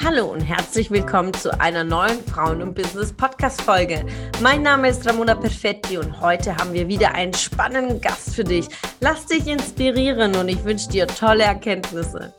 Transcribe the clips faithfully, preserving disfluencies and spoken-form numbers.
Hallo und herzlich willkommen zu einer neuen Frauen- und Business-Podcast-Folge. Mein Name ist Ramona Perfetti und heute haben wir wieder einen spannenden Gast für dich. Lass dich inspirieren und ich wünsche dir tolle Erkenntnisse.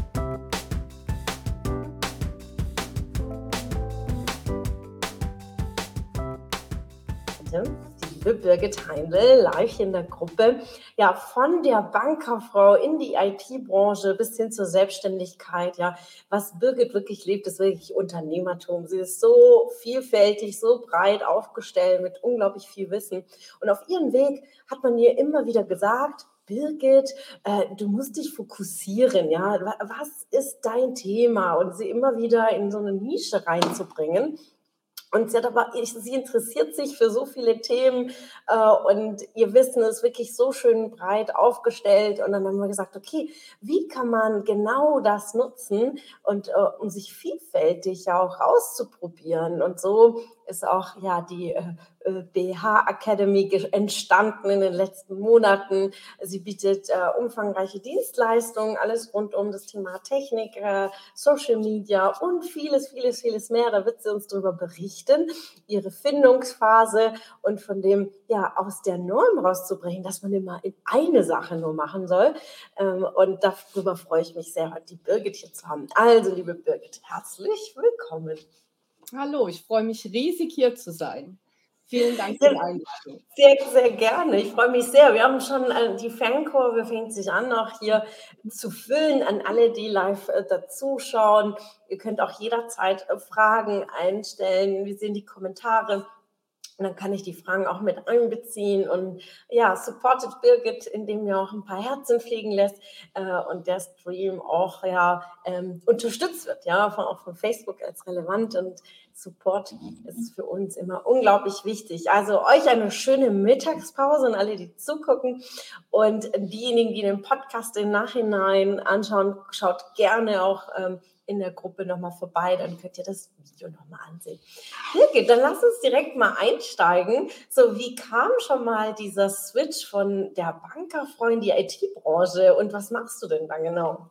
Die liebe Birgit Heindl, live hier in der Gruppe. Ja, von der Bankerfrau in die I T-Branche bis hin zur Selbstständigkeit. Ja, was Birgit wirklich lebt, ist wirklich Unternehmertum. Sie ist so vielfältig, so breit aufgestellt mit unglaublich viel Wissen. Und auf ihrem Weg hat man ihr immer wieder gesagt: Birgit, äh, du musst dich fokussieren, ja. Was ist dein Thema? Und sie immer wieder in so eine Nische reinzubringen. Und sie hat aber, ich, sie interessiert sich für so viele Themen äh, und ihr Wissen ist wirklich so schön breit aufgestellt. Und dann haben wir gesagt, okay, wie kann man genau das nutzen und äh, um sich vielfältig ja auch auszuprobieren? Und so ist auch ja die äh, B H Academy entstanden in den letzten Monaten. Sie bietet äh, umfangreiche Dienstleistungen, alles rund um das Thema Technik, äh, Social Media und vieles, vieles, vieles mehr. Da wird sie uns darüber berichten, ihre Findungsphase und von dem, ja, aus der Norm rauszubringen, dass man immer in eine Sache nur machen soll. Ähm, und darüber freue ich mich sehr, die Birgit hier zu haben. Also, liebe Birgit, herzlich willkommen. Hallo, ich freue mich riesig, hier zu sein. Vielen Dank für die Einladung. Sehr, sehr gerne. Ich freue mich sehr. Wir haben schon äh, die Fankurve fängt sich an, noch hier zu füllen an alle, die live äh, dazuschauen. Ihr könnt auch jederzeit äh, Fragen einstellen. Wir sehen die Kommentare. Und dann kann ich die Fragen auch mit einbeziehen und ja, supportet Birgit, indem ihr auch ein paar Herzen fliegen lässt äh, und der Stream auch ja ähm, unterstützt wird, ja, von, auch von Facebook als relevant und Support ist für uns immer unglaublich wichtig. Also euch eine schöne Mittagspause und alle, die zugucken und diejenigen, die den Podcast im Nachhinein anschauen, schaut gerne auch ähm, in der Gruppe nochmal vorbei, dann könnt ihr das Video nochmal ansehen. Birgit, dann lass uns direkt mal einsteigen. So, wie kam schon mal dieser Switch von der Bankerfrau in die I T-Branche und was machst du denn da genau?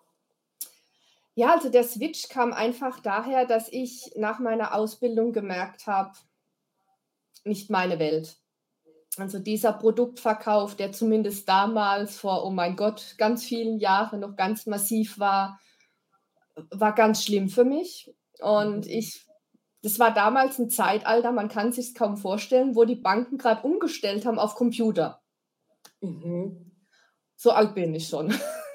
Ja, also der Switch kam einfach daher, dass ich nach meiner Ausbildung gemerkt habe, nicht meine Welt. Also dieser Produktverkauf, der zumindest damals vor, oh mein Gott, ganz vielen Jahren noch ganz massiv war, war ganz schlimm für mich. Und ich, das war damals ein Zeitalter, man kann sich kaum vorstellen, wo die Banken gerade umgestellt haben auf Computer. Mhm. So alt bin ich schon.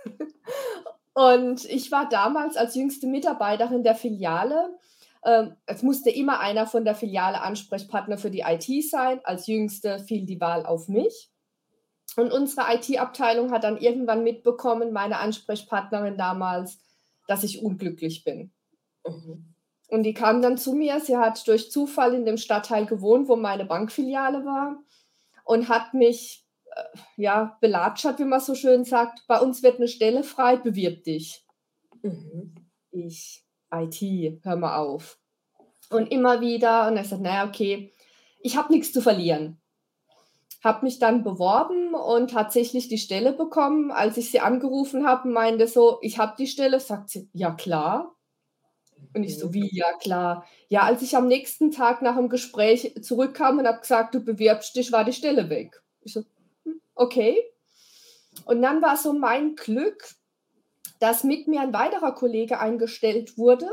Und ich war damals als jüngste Mitarbeiterin der Filiale. Ähm, es musste immer einer von der Filiale Ansprechpartner für die I T sein. Als jüngste fiel die Wahl auf mich. Und unsere I T-Abteilung hat dann irgendwann mitbekommen, meine Ansprechpartnerin damals, dass ich unglücklich bin. Mhm. Und die kam dann zu mir. Sie hat durch Zufall in dem Stadtteil gewohnt, wo meine Bankfiliale war und hat mich äh, ja, belatschert, wie man so schön sagt. Bei uns wird eine Stelle frei, bewirb dich. Mhm. Ich, I T, hör mal auf. Und immer wieder, und er sagt, naja, okay, ich habe nichts zu verlieren. Habe mich dann beworben und tatsächlich die Stelle bekommen. Als ich sie angerufen habe, meinte so, ich habe die Stelle, sagt sie, ja klar. Und ich so, wie, ja klar. Ja, als ich am nächsten Tag nach dem Gespräch zurückkam und habe gesagt, du bewirbst dich, war die Stelle weg. Ich so, hm, okay. Und dann war so mein Glück, dass mit mir ein weiterer Kollege eingestellt wurde,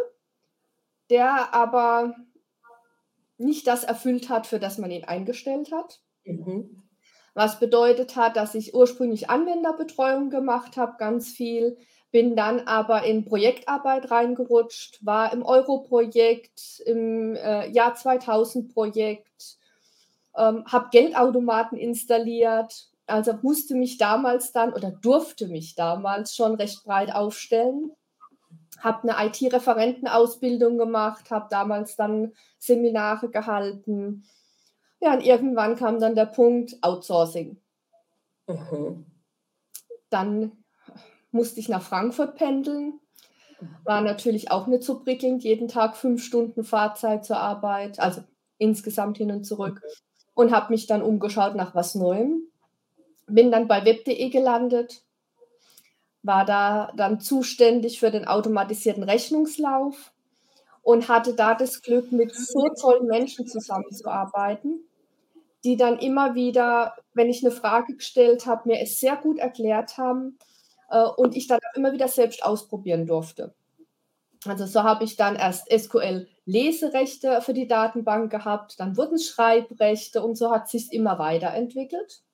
der aber nicht das erfüllt hat, für das man ihn eingestellt hat. Mhm. Was bedeutet hat, dass ich ursprünglich Anwenderbetreuung gemacht habe, ganz viel, bin dann aber in Projektarbeit reingerutscht, war im Euro-Projekt, im äh, Jahr zweitausend-Projekt, ähm, habe Geldautomaten installiert, also musste mich damals dann oder durfte mich damals schon recht breit aufstellen. Habe eine I T-Referentenausbildung gemacht, habe damals dann Seminare gehalten. Ja, und irgendwann kam dann der Punkt Outsourcing. Mhm. Dann musste ich nach Frankfurt pendeln. War natürlich auch nicht so prickelnd, jeden Tag fünf Stunden Fahrzeit zur Arbeit, also insgesamt hin und zurück. Und habe mich dann umgeschaut nach was Neuem. Bin dann bei web punkt de gelandet, war da dann zuständig für den automatisierten Rechnungslauf und hatte da das Glück, mit so tollen Menschen zusammenzuarbeiten, die dann immer wieder, wenn ich 'ne Frage gestellt habe, mir es sehr gut erklärt haben, äh, und ich dann auch immer wieder selbst ausprobieren durfte. Also, so habe ich dann erst S Q L-Leserechte für die Datenbank gehabt, dann wurden's Schreibrechte und so hat sich's immer weiterentwickelt.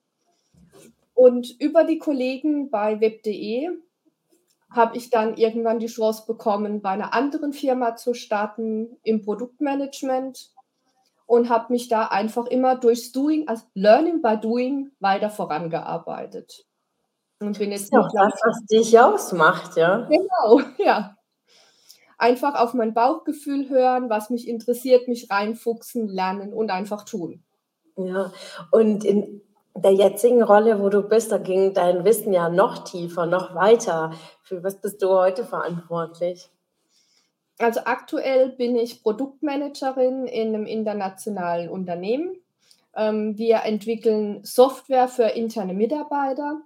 Und über die Kollegen bei web.de habe ich dann irgendwann die Chance bekommen, bei 'ner anderen Firma zu starten im Produktmanagement und habe mich da einfach immer durchs Doing, also Learning by Doing, weiter vorangearbeitet und bin Ist jetzt ja auch das, mittlerweile was dich ausmacht, ja? Genau, ja. Einfach auf mein Bauchgefühl hören, was mich interessiert, mich reinfuchsen, lernen und einfach tun. Ja, und in der jetzigen Rolle, wo du bist, da ging dein Wissen ja noch tiefer, noch weiter. Für was bist du heute verantwortlich? Also, aktuell bin ich Produktmanagerin in 'nem internationalen Unternehmen. Ähm, wir entwickeln Software für interne Mitarbeiter.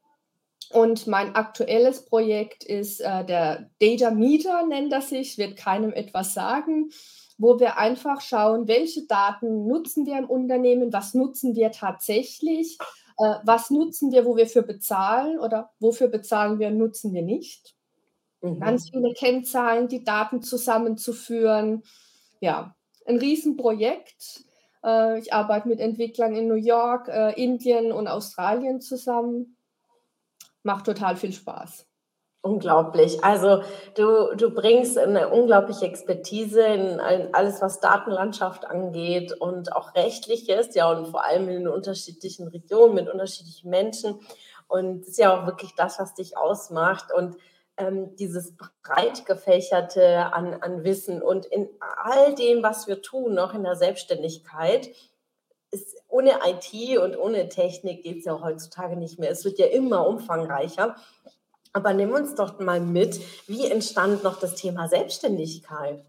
Und mein aktuelles Projekt ist, äh, der Data Meter nennt er sich, wird keinem etwas sagen, wo wir einfach schauen, welche Daten nutzen wir im Unternehmen, was nutzen wir tatsächlich, äh, was nutzen wir, wo wir für bezahlen oder wofür bezahlen wir, nutzen wir nicht. Ganz Mhm. viele Kennzahlen, die Daten zusammenzuführen. Ja, 'n Riesenprojekt. Äh, ich arbeite mit Entwicklern in New York, äh, Indien und Australien zusammen. Macht total viel Spaß. Unglaublich. Also, du du bringst 'ne unglaubliche Expertise in in alles, was Datenlandschaft angeht und auch Rechtliches, ja, und vor allem in den unterschiedlichen Regionen mit unterschiedlichen Menschen. Und das ist ja auch wirklich das, was dich ausmacht und, ähm, dieses breit gefächerte an an Wissen. Und in all dem, was wir tun, auch in der Selbstständigkeit, ist ohne I T und ohne Technik geht's ja heutzutage nicht mehr. Es wird ja immer umfangreicher. Aber nimm uns doch mal mit, wie entstand noch das Thema Selbstständigkeit?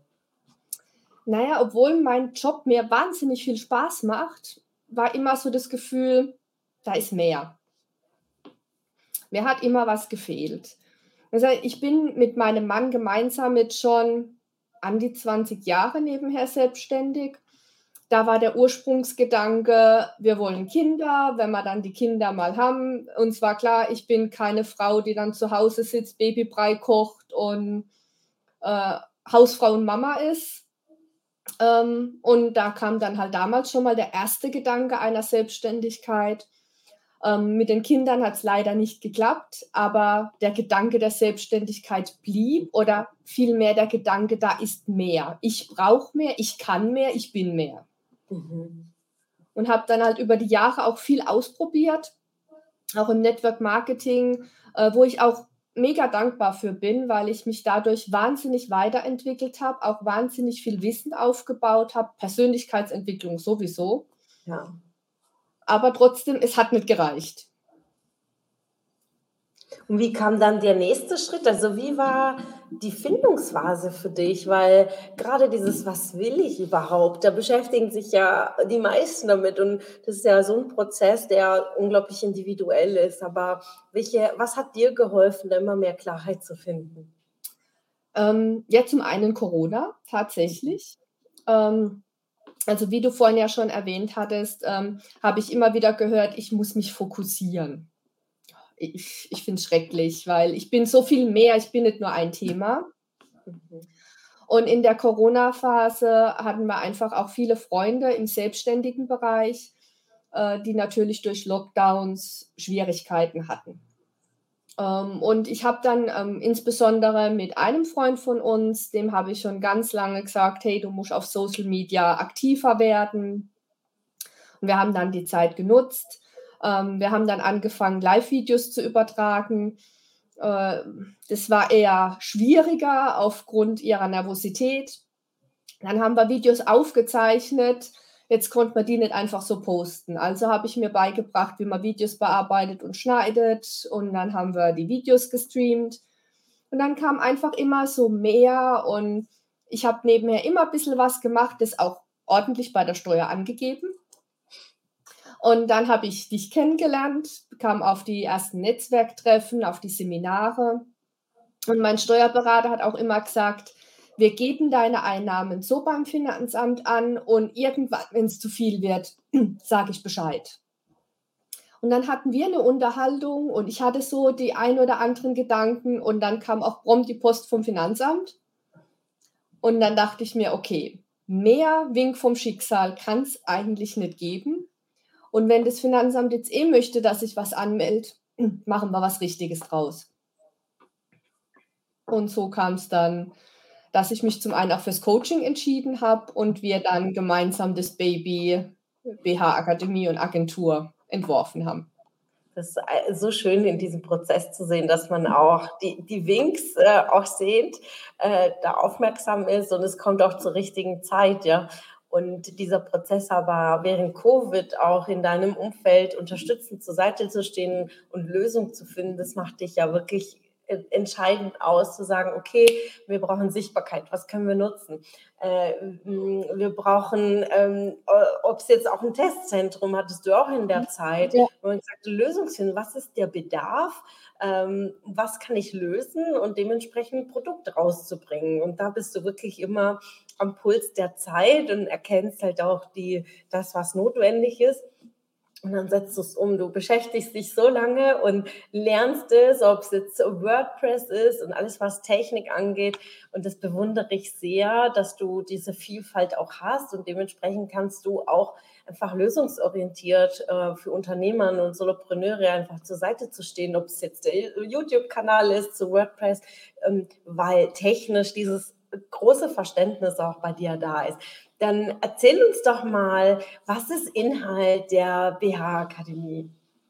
Na ja, obwohl mein Job mir wahnsinnig viel Spaß macht, war immer so das Gefühl, da ist mehr. Mir hat immer was gefehlt. Also, ich bin mit meinem Mann gemeinsam jetzt schon an die zwanzig Jahre nebenher selbstständig. Da war der Ursprungsgedanke: Wir wollen Kinder, wenn wir dann die Kinder mal haben. Uns war klar, ich bin keine Frau, die dann zu Hause sitzt, Babybrei kocht und, äh, Hausfrau und Mama ist. Ähm, und da kam dann halt damals schon mal der erste Gedanke einer Selbstständigkeit. Ähm, mit den Kindern hat's leider nicht geklappt, aber der Gedanke der Selbstständigkeit blieb oder vielmehr der Gedanke, da ist mehr. Ich brauche mehr, ich kann mehr, ich bin mehr. Mhm. Und habe dann halt über die Jahre auch viel ausprobiert, auch im Network Marketing, äh, wo ich auch mega dankbar für bin, weil ich mich dadurch wahnsinnig weiterentwickelt habe, auch wahnsinnig viel Wissen aufgebaut habe, Persönlichkeitsentwicklung sowieso. Ja. Aber trotzdem, es hat nicht gereicht. Und wie kam dann der nächste Schritt? Also, wie war die Findungsphase für dich? Weil grade dieses: „Was will ich überhaupt?“ Da beschäftigen sich ja die meisten damit und das ist ja so 'n Prozess, der unglaublich individuell ist. Aber welche was hat dir geholfen, da immer mehr Klarheit zu finden? Ähm, ja, zum einen Corona, Mhm. tatsächlich. Ähm, also, wie du vorhin ja schon erwähnt hattest, ähm, habe ich immer wieder gehört, ich muss mich fokussieren. Ich ich finde es schrecklich, weil ich bin so viel mehr, ich bin nicht nur ein Thema. Mhm. Und in der Corona-Phase hatten wir einfach auch viele Freunde im selbstständigen Bereich, äh, die natürlich durch Lockdowns Schwierigkeiten hatten. Ähm, und ich habe dann, ähm, insbesondere mit einem Freund von uns, dem habe ich schon ganz lange gesagt: „Hey, du musst auf Social Media aktiver werden.“ Und wir haben dann die Zeit genutzt. Ähm, wir haben dann angefangen, Livevideos zu übertragen. Äh, das war eher schwieriger aufgrund ihrer Nervosität. Dann haben wir Videos aufgezeichnet. Jetzt konnte man die nicht einfach so posten. Also, habe ich mir beigebracht, wie man Videos bearbeitet und schneidet. Und dann haben wir die Videos gestreamt. Und dann kam einfach immer so mehr und ich habe nebenher immer bisschen was gemacht, das auch ordentlich bei der Steuer angegeben. Und dann habe ich dich kennengelernt, kam auf die ersten Netzwerktreffen, auf die Seminare. Und mein Steuerberater hat auch immer gesagt: Wir geben deine Einnahmen so beim Finanzamt an und irgendwann, wenn es zu viel wird, sage ich Bescheid. Und dann hatten wir eine Unterhaltung und ich hatte so die ein oder anderen Gedanken und dann kam auch prompt die Post vom Finanzamt. Und dann dachte ich mir, okay, mehr Wink vom Schicksal kann es eigentlich nicht geben. Und wenn das Finanzamt jetzt eh möchte, dass ich was anmelde, machen wir was Richtiges draus. Und so kam es dann, dass ich mich zum einen auch fürs Coaching entschieden habe und wir dann gemeinsam das Baby B H Akademie und Agentur entworfen haben. Das ist äh, so schön in diesem Prozess zu sehen, dass man auch die, die Winks äh, auch sieht, äh, da aufmerksam ist und es kommt auch zur richtigen Zeit, ja. Und dieser Prozess aber während Covid auch in deinem Umfeld unterstützend zur Seite zu stehen und Lösungen zu finden, das macht dich ja wirklich äh, entscheidend aus, zu sagen, okay, wir brauchen Sichtbarkeit, was können wir nutzen? Äh, m, wir brauchen, ähm, ob es jetzt auch ein Testzentrum hattest du auch in der Zeit, Ja. wo man gesagt hat, Lösungsfinden, was ist der Bedarf, ähm, was kann ich lösen und dementsprechend ein Produkt rauszubringen. Und da bist du wirklich immer am Puls der Zeit und erkennst halt auch die, das, was notwendig ist. Und dann setzt du es um. Du beschäftigst dich so lange und lernst es, ob es jetzt WordPress ist und alles, was Technik angeht. Und das bewundere ich sehr, dass du diese Vielfalt auch hast. Und dementsprechend kannst du auch einfach lösungsorientiert äh, für Unternehmer und Solopreneure einfach zur Seite zu stehen, ob es jetzt der YouTube-Kanal ist zu WordPress, ähm, weil technisch dieses große Verständnis auch bei dir da ist. Dann erzähl uns doch mal, was ist Inhalt der B H Akademie?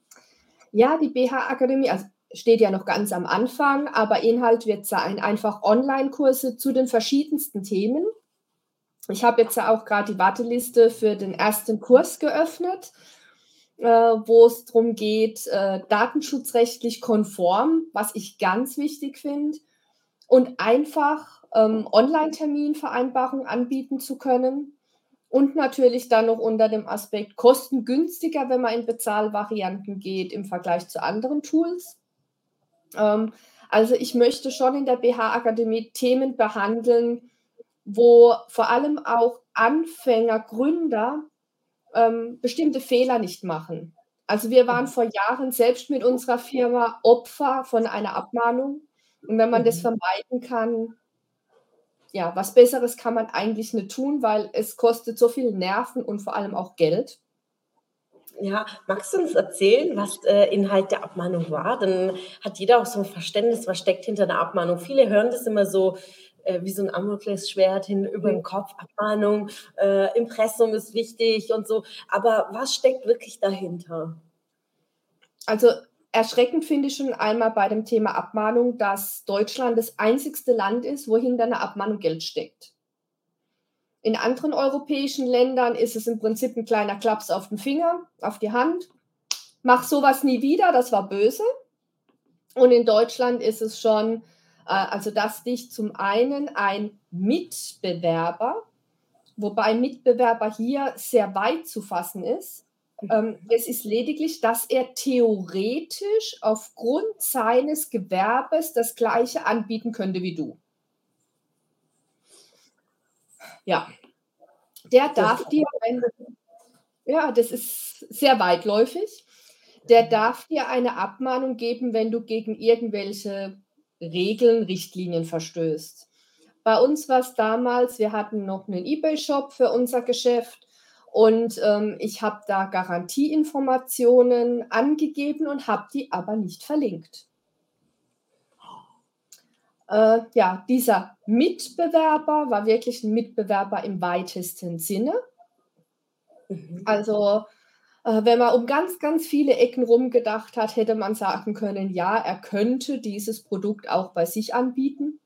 Ja, die B H Akademie, also steht ja noch ganz am Anfang, aber Inhalt wird sein einfach Online-Kurse zu den verschiedensten Themen. Ich habe jetzt ja auch gerade die Warteliste für den ersten Kurs geöffnet, äh, wo es darum geht, äh, datenschutzrechtlich konform, was ich ganz wichtig finde, und einfach ähm, Online-Terminvereinbarungen anbieten zu können. Und natürlich dann noch unter dem Aspekt kostengünstiger, wenn man in Bezahlvarianten geht im Vergleich zu anderen Tools. Ähm, also ich möchte schon in der B H Akademie Themen behandeln, wo vor allem auch Anfänger, Gründer ähm, bestimmte Fehler nicht machen. Also wir waren vor Jahren selbst mit unserer Firma Opfer von einer Abmahnung. Und wenn man das vermeiden kann, ja, was Besseres kann man eigentlich nicht tun, weil es kostet so viel Nerven und vor allem auch Geld. Ja, magst du uns erzählen, was äh, Inhalt der Abmahnung war? Dann hat jeder auch so ein Verständnis, was steckt hinter der Abmahnung. Viele hören das immer so äh, wie so ein Damoklesschwert hin über Mhm. dem Kopf. Abmahnung, äh, Impressum ist wichtig und so. Aber was steckt wirklich dahinter? Also erschreckend finde ich schon einmal bei dem Thema Abmahnung, dass Deutschland das einzigste Land ist, wo hinter einer Abmahnung Geld steckt. In anderen europäischen Ländern ist es im Prinzip ein kleiner Klaps auf den Finger, auf die Hand. Mach sowas nie wieder, das war böse. Und in Deutschland ist es schon, äh, also dass dich zum einen ein Mitbewerber, wobei Mitbewerber hier sehr weit zu fassen ist, ähm, es ist lediglich, dass er theoretisch aufgrund seines Gewerbes das Gleiche anbieten könnte wie du. Ja, der darf dir ein, ja, das ist sehr weitläufig. Der darf dir eine Abmahnung geben, wenn du gegen irgendwelche Regeln, Richtlinien verstößt. Bei uns war es damals, wir hatten noch einen eBay-Shop für unser Geschäft und ähm, ich habe da Garantieinformationen angegeben und habe die aber nicht verlinkt. Äh, ja, dieser Mitbewerber war wirklich ein Mitbewerber im weitesten Sinne. Also äh, wenn man um ganz, ganz viele Ecken rumgedacht hat, hätte man sagen können, ja, er könnte dieses Produkt auch bei sich anbieten.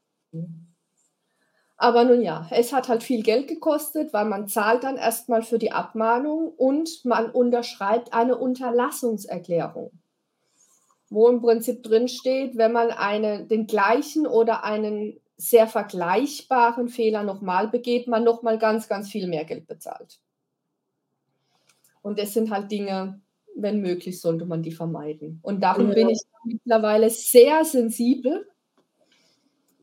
Aber nun ja, es hat halt viel Geld gekostet, weil man zahlt dann erstmal für die Abmahnung und man unterschreibt eine Unterlassungserklärung, wo im Prinzip drin steht, wenn man eine, den gleichen oder einen sehr vergleichbaren Fehler nochmal begeht, man nochmal ganz, ganz viel mehr Geld bezahlt. Und das sind halt Dinge, wenn möglich, sollte man die vermeiden. Und darum Ja. bin ich mittlerweile sehr sensibel,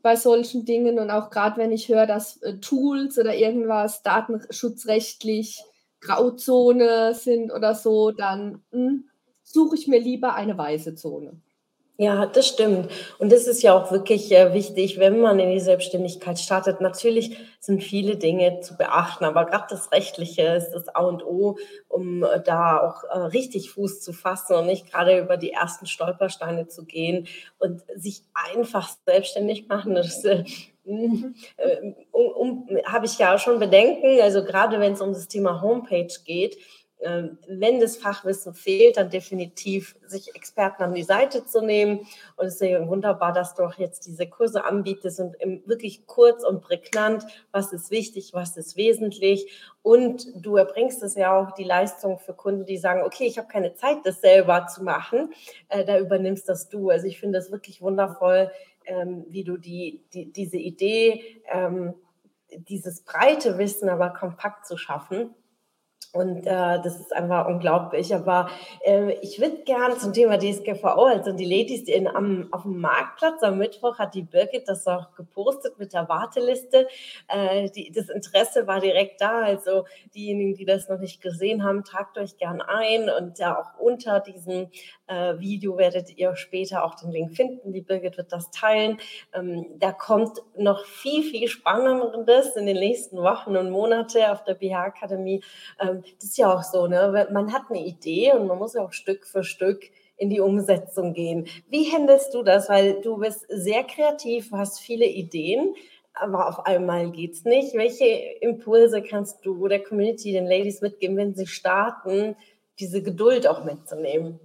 bei solchen Dingen und auch gerade wenn ich höre, dass äh, Tools oder irgendwas datenschutzrechtlich Grauzone sind oder so, dann hm, suche ich mir lieber eine weiße Zone. Ja, das stimmt. Und das ist ja auch wirklich äh, wichtig, wenn man in die Selbstständigkeit startet. Natürlich sind viele Dinge zu beachten, aber gerade das Rechtliche ist das A und O, um äh, da auch äh, richtig Fuß zu fassen und nicht gerade über die ersten Stolpersteine zu gehen und sich einfach selbstständig machen. Das äh, mm, Mhm. äh, um, um, habe ich ja schon Bedenken, also gerade wenn es um das Thema Homepage geht. Ähm, wenn das Fachwissen fehlt, dann definitiv sich Experten an die Seite zu nehmen. Und es ist ja wunderbar, dass du auch jetzt diese Kurse anbietest und wirklich kurz und prägnant, was ist wichtig, was ist wesentlich. Und du erbringst es ja auch die Leistung für Kunden, die sagen, okay, ich habe keine Zeit, das selber zu machen. Äh, da übernimmst das du. Also ich finde das wirklich wundervoll, ähm, wie du die, die, diese Idee, ähm, dieses breite Wissen aber kompakt zu schaffen. Und äh, das ist einfach unglaublich. Aber äh, ich würde gerne zum Thema D S G V O, also die Ladies die in, am, auf dem Marktplatz am Mittwoch hat die Birgit das auch gepostet mit der Warteliste. Äh, die, das Interesse war direkt da. Also diejenigen, die das noch nicht gesehen haben, tragt euch gern ein. Und ja, auch unter diesem äh, Video werdet ihr später auch den Link finden. Die Birgit wird das teilen. Ähm, da kommt noch viel, viel Spannenderes in den nächsten Wochen und Monaten auf der B H-Akademie. Ähm, das ist ja auch so, ne? Man hat eine Idee und man muss ja auch Stück für Stück in die Umsetzung gehen. Wie handelst du das? Weil du bist sehr kreativ, hast viele Ideen, aber auf einmal geht's nicht. Welche Impulse kannst du der Community, den Ladies mitgeben, wenn sie starten, diese Geduld auch mitzunehmen?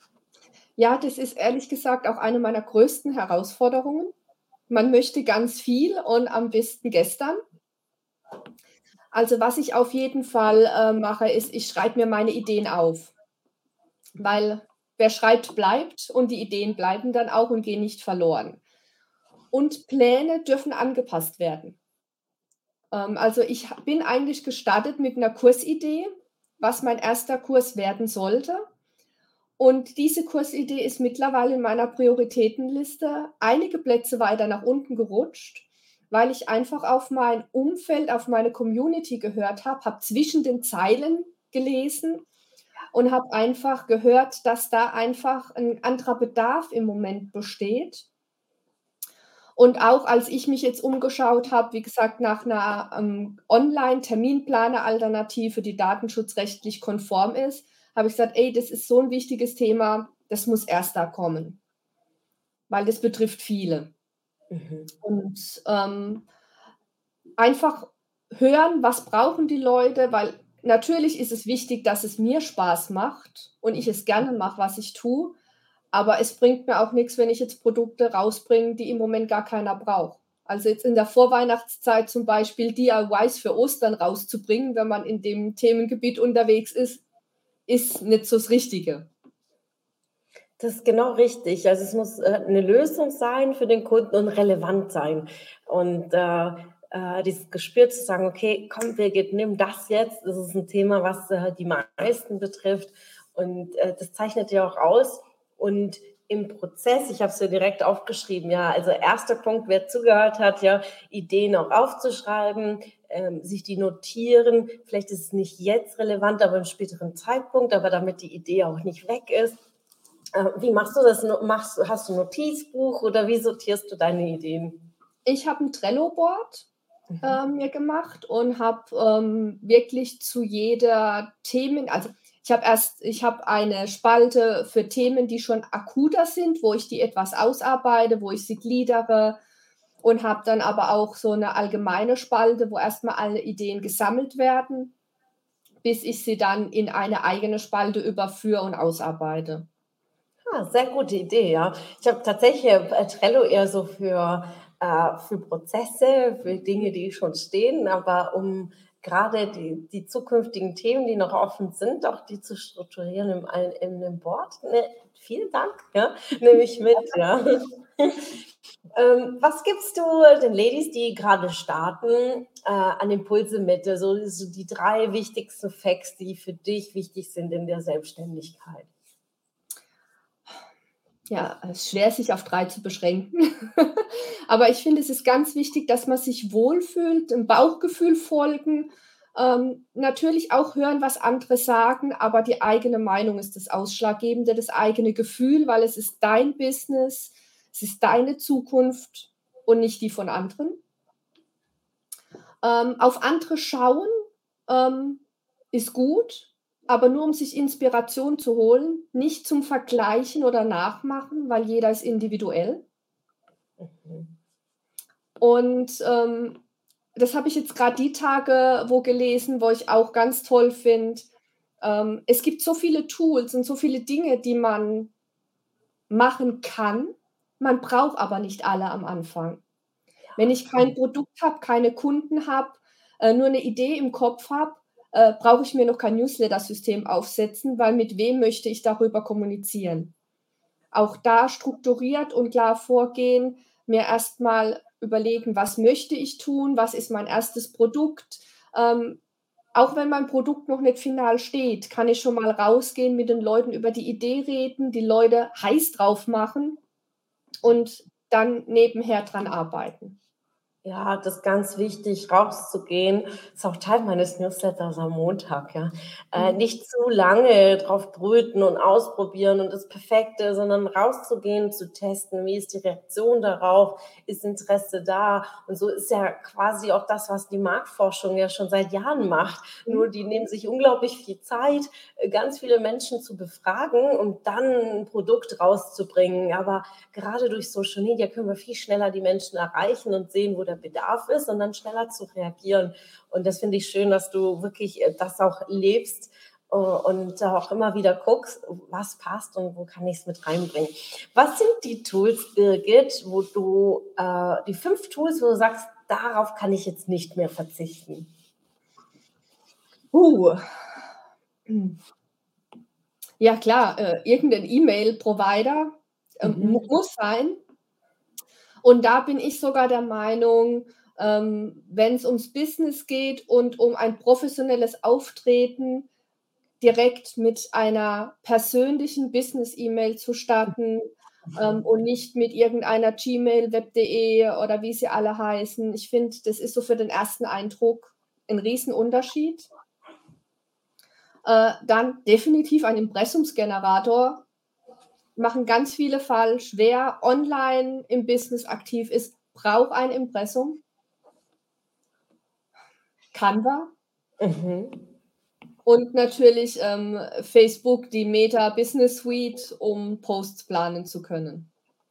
Ja, das ist ehrlich gesagt auch eine meiner größten Herausforderungen. Man möchte ganz viel und am besten gestern. Also, was ich auf jeden Fall, äh, mache, ist, ich schreibe mir meine Ideen auf, weil wer schreibt, bleibt und die Ideen bleiben dann auch und gehen nicht verloren. Und Pläne dürfen angepasst werden. Ähm, also, ich ha bin eigentlich gestartet mit einer Kursidee, was mein erster Kurs werden sollte. Und diese Kursidee ist mittlerweile in meiner Prioritätenliste einige Plätze weiter nach unten gerutscht, weil ich einfach auf mein Umfeld, auf meine Community gehört habe, habe zwischen den Zeilen gelesen und habe einfach gehört, dass da einfach ein anderer Bedarf im Moment besteht. Und auch als ich mich jetzt umgeschaut habe, wie gesagt, nach einer ähm, Online-Terminplaner-Alternative, die datenschutzrechtlich konform ist, habe ich gesagt: „Ey, das ist so ein wichtiges Thema, das muss erst da kommen“, weil das betrifft viele. Mhm. Und, ähm, einfach hören, was brauchen die Leute, weil natürlich ist es wichtig, dass es mir Spaß macht und ich es gerne mache, was ich tue, aber es bringt mir auch nichts, wenn ich jetzt Produkte rausbringe, die im Moment gar keiner braucht. Also, jetzt in der Vorweihnachtszeit zum Beispiel D I Ys für Ostern rauszubringen, wenn man in dem Themengebiet unterwegs ist, ist nicht so das Richtige. Das ist genau richtig. Also, es muss, äh, 'ne Lösung sein für den Kunden und relevant sein. Und, äh, äh, dieses Gespür zu sagen: „Okay, komm Birgit, nimm das jetzt.“ Das ist ein Thema, was, äh, die meisten betrifft und, äh, das zeichnet ja auch aus. Und im Prozess ich habe es mir direkt aufgeschrieben, ja, also erster Punkt, wer zugehört hat, ja, Ideen auch aufzuschreiben, ähm, sich die notieren. Vielleicht ist es nicht jetzt relevant, aber im späteren Zeitpunkt, aber damit die Idee auch nicht weg ist. Äh, wie machst du das? No machst hast du 'n Notizbuch oder wie sortierst du deine Ideen? Ich habe 'n Trello-Board, Mhm. äh, mir gemacht und habe, ähm, wirklich zu jeder Themen also, ich habe erst ich habe eine Spalte für Themen, die schon akuter sind, wo ich die etwas ausarbeite, wo ich sie gliedere und habe dann aber auch so 'ne allgemeine Spalte, wo erst mal alle Ideen gesammelt werden, bis ich sie dann in eine eigene Spalte überführe und ausarbeite. Ah, sehr gute Idee, ja. Ich habe tatsächlich, äh, Trello eher so für, äh für Prozesse, für Dinge, die schon stehen, aber um grade die die zukünftigen Themen, die noch offen sind, auch die zu strukturieren im ein in 'nem Board. Ne, vielen Dank, ja, nehme ich mit, ja. Ähm, was gibst du den Ladies, die gerade starten, äh, an Impulse mit? Also, so die drei wichtigsten Facts, die für dich wichtig sind in der Selbstständigkeit? Ja, es ist schwer, sich auf drei zu beschränken. Aber ich finde, es ist ganz wichtig, dass man sich wohlfühlt, dem Bauchgefühl folgen, ähm, natürlich auch hören, was andere sagen, aber die eigene Meinung ist das Ausschlaggebende, das eigene Gefühl, weil es ist dein Business, es ist deine Zukunft und nicht die von anderen. Ähm, auf andere schauen, ähm, ist gut, aber nur um sich Inspiration zu holen, nicht zum Vergleichen oder Nachmachen, weil jeder ist individuell. Mhm. Und, ähm, das habe ich jetzt gerade die Tage wo gelesen, wo ich auch ganz toll finde. Ähm, es gibt so viele Tools und so viele Dinge, die man machen kann. Man braucht aber nicht alle am Anfang. Wenn ich kein Stimmt. Produkt habe, keine Kunden habe, äh, nur eine Idee im Kopf habe, äh, brauche ich mir noch kein Newsletter-System aufsetzen, weil mit wem möchte ich darüber kommunizieren? Auch da strukturiert und klar vorgehen, mir erstmal überlegen, was möchte ich tun, was ist mein erstes Produkt. Ähm, auch wenn mein Produkt noch nicht final steht, kann ich schon mal rausgehen, mit den Leuten über die Idee reden, die Leute heiß drauf machen und dann nebenher dran arbeiten. Ja, das ist ganz wichtig, rauszugehen. Ist auch Teil meines Newsletters am Montag, ja. Äh, Mhm. nicht zu lange drauf brüten und ausprobieren und das Perfekte, sondern rauszugehen, zu testen, wie ist die Reaktion darauf, ist Interesse da? Und so ist ja quasi auch das, was die Marktforschung ja schon seit Jahren macht. Mhm. Nur die nehmen sich unglaublich viel Zeit, äh, ganz viele Menschen zu befragen, um dann ein Produkt rauszubringen. Aber gerade durch Social Media können wir viel schneller die Menschen erreichen und sehen, wo der Bedarf ist und dann schneller zu reagieren. Und das finde ich schön, dass du wirklich äh, das auch lebst äh, und auch immer wieder guckst, was passt und wo kann ich es mit reinbringen. Was sind die Tools, Birgit, wo du, äh, die fünf Tools, wo du sagst, darauf kann ich jetzt nicht mehr verzichten? Uh. Hm. Ja klar, äh, irgendein E-Mail-Provider, ähm, mu Mhm. muss sein. Und da bin ich sogar der Meinung, ähm, wenn's ums Business geht und um ein professionelles Auftreten, direkt mit einer persönlichen Business-E-Mail zu starten, ähm, und nicht mit irgendeiner Gmail, web.de oder wie sie alle heißen. Ich finde, das ist so für den ersten Eindruck 'n Riesenunterschied. Äh, dann definitiv ein Impressumsgenerator. Machen ganz viele falsch. Wer online im Business aktiv ist, braucht ein Impressum. Canva Mhm. und natürlich, ähm, Facebook, die Meta Business Suite, um Posts planen zu können.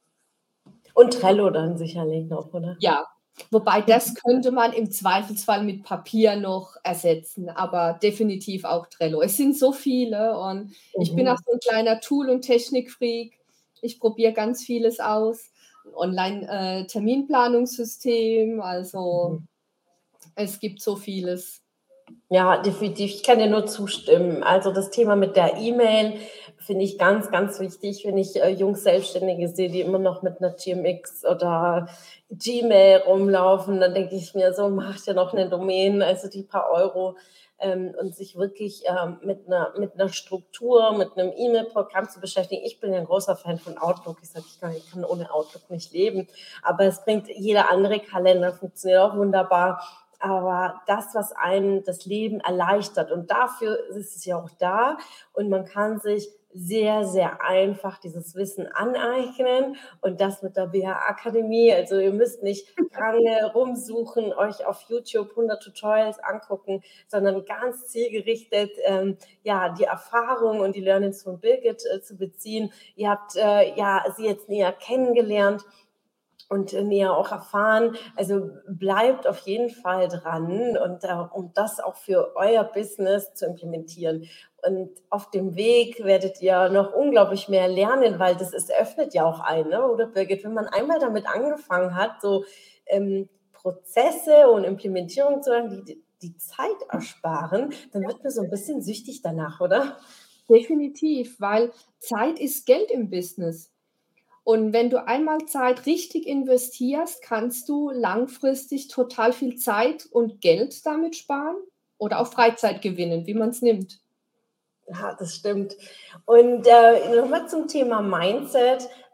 Und Trello dann sicherlich noch, oder? Ja, wobei das könnte man im Zweifelsfall mit Papier noch ersetzen, aber definitiv auch Trello. Es sind so viele und ich bin auch Mhm. so 'n kleiner Tool und Technik-Freak. Ich probiere ganz vieles aus. Online äh, Terminplanungssystem, also Mhm. es gibt so vieles. Ja, definitiv. Ich kann dir nur zustimmen. Also, das Thema mit der E-Mail finde ich ganz, ganz wichtig, wenn ich, äh, Jungs-Selbstständige sehe, die immer noch mit 'ner G M X oder Gmail rumlaufen, dann denke ich mir so: „Macht ihr noch 'ne Domain, also die paar Euro“, ähm, und sich wirklich, ähm, mit 'ner mit 'ner Struktur, mit 'nem E-Mail-Programm zu beschäftigen. Ich bin ja 'n großer Fan von Outlook. Ich sage, ich kann ich kann ohne Outlook nicht leben, aber es bringt jeder andere Kalender funktioniert auch wunderbar. Aber das, was einem das Leben erleichtert und dafür ist es ja auch da und man kann sich sehr, sehr einfach dieses Wissen aneignen und das mit der B H Akademie. Also, ihr müsst nicht lange rumsuchen, euch auf YouTube hundert Tutorials angucken, sondern ganz zielgerichtet, ähm, ja, die Erfahrung und die Learnings von Birgit, äh, zu beziehen. Ihr habt, äh, ja, sie jetzt näher kennengelernt und äh, näher auch erfahren. Also, bleibt auf jeden Fall dran und, äh, um das auch für euer Business zu implementieren. Und auf dem Weg werdet ihr noch unglaublich mehr lernen, weil das es öffnet ja auch einen, ne, oder Birgit? Wenn man einmal damit angefangen hat, so, ähm, Prozesse und Implementierung zu machen, die d die Zeit ersparen, dann wird man so 'n bisschen süchtig danach, oder? Definitiv, weil Zeit ist Geld im Business. Und wenn du einmal Zeit richtig investierst, kannst du langfristig total viel Zeit und Geld damit sparen oder auch Freizeit gewinnen, wie man's nimmt. Ja, das stimmt. Und, äh, noch mal zum Thema Mindset.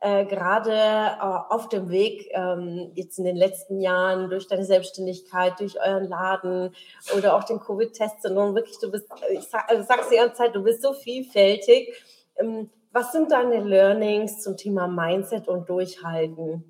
äh, gerade äh, auf dem Weg ähm, jetzt in den letzten Jahren durch deine Selbstständigkeit, durch euren Laden oder auch den Covid-Test-Syndrom, wirklich, du bist, ich sag, also sag's die ganze Zeit, du bist so vielfältig. Ähm, was sind deine Learnings zum Thema Mindset und Durchhalten?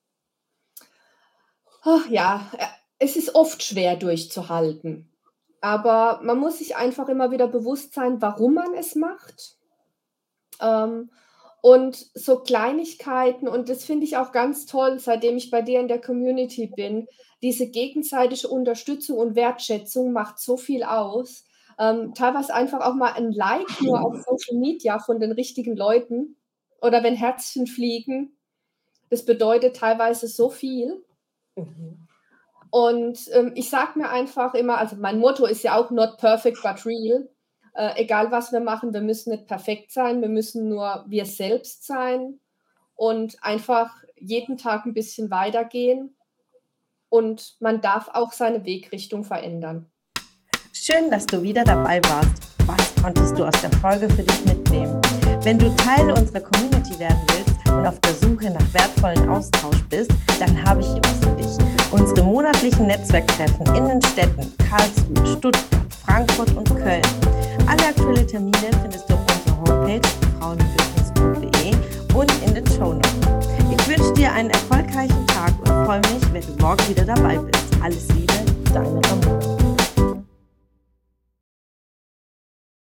Ach ja, äh, es ist oft schwer durchzuhalten, aber man muss sich einfach immer wieder bewusst sein, warum man es macht. Ähm, und so Kleinigkeiten und das finde ich auch ganz toll, seitdem ich bei dir in der Community bin, diese gegenseitige Unterstützung und Wertschätzung macht so viel aus. Ähm, teilweise einfach auch mal ein Like nur auf Social Media von den richtigen Leuten oder wenn Herzchen fliegen, das bedeutet teilweise so viel. Mhm. Und, ähm, ich sage mir einfach immer also mein Motto ist ja auch not perfect but real. Äh, egal was wir machen, wir müssen nicht perfekt sein, wir müssen nur wir selbst sein und einfach jeden Tag ein bisschen weitergehen und man darf auch seine Wegrichtung verändern. Schön, dass du wieder dabei warst. Was konntest du aus der Folge für dich mitnehmen? Wenn du Teil unserer Community werden willst und auf der Suche nach wertvollen Austausch bist, dann habe ich hier was für dich. Unsere monatlichen Netzwerktreffen in den Städten Karlsruhe, Stuttgart, Frankfurt und Köln. Alle aktuellen Termine findest du auf unserer Homepage frauenbusiness punkt de und in den Shownotes. Ich wünsche dir einen erfolgreichen Tag und freue mich, wenn du morgen wieder dabei bist. Alles Liebe, deine Ramona.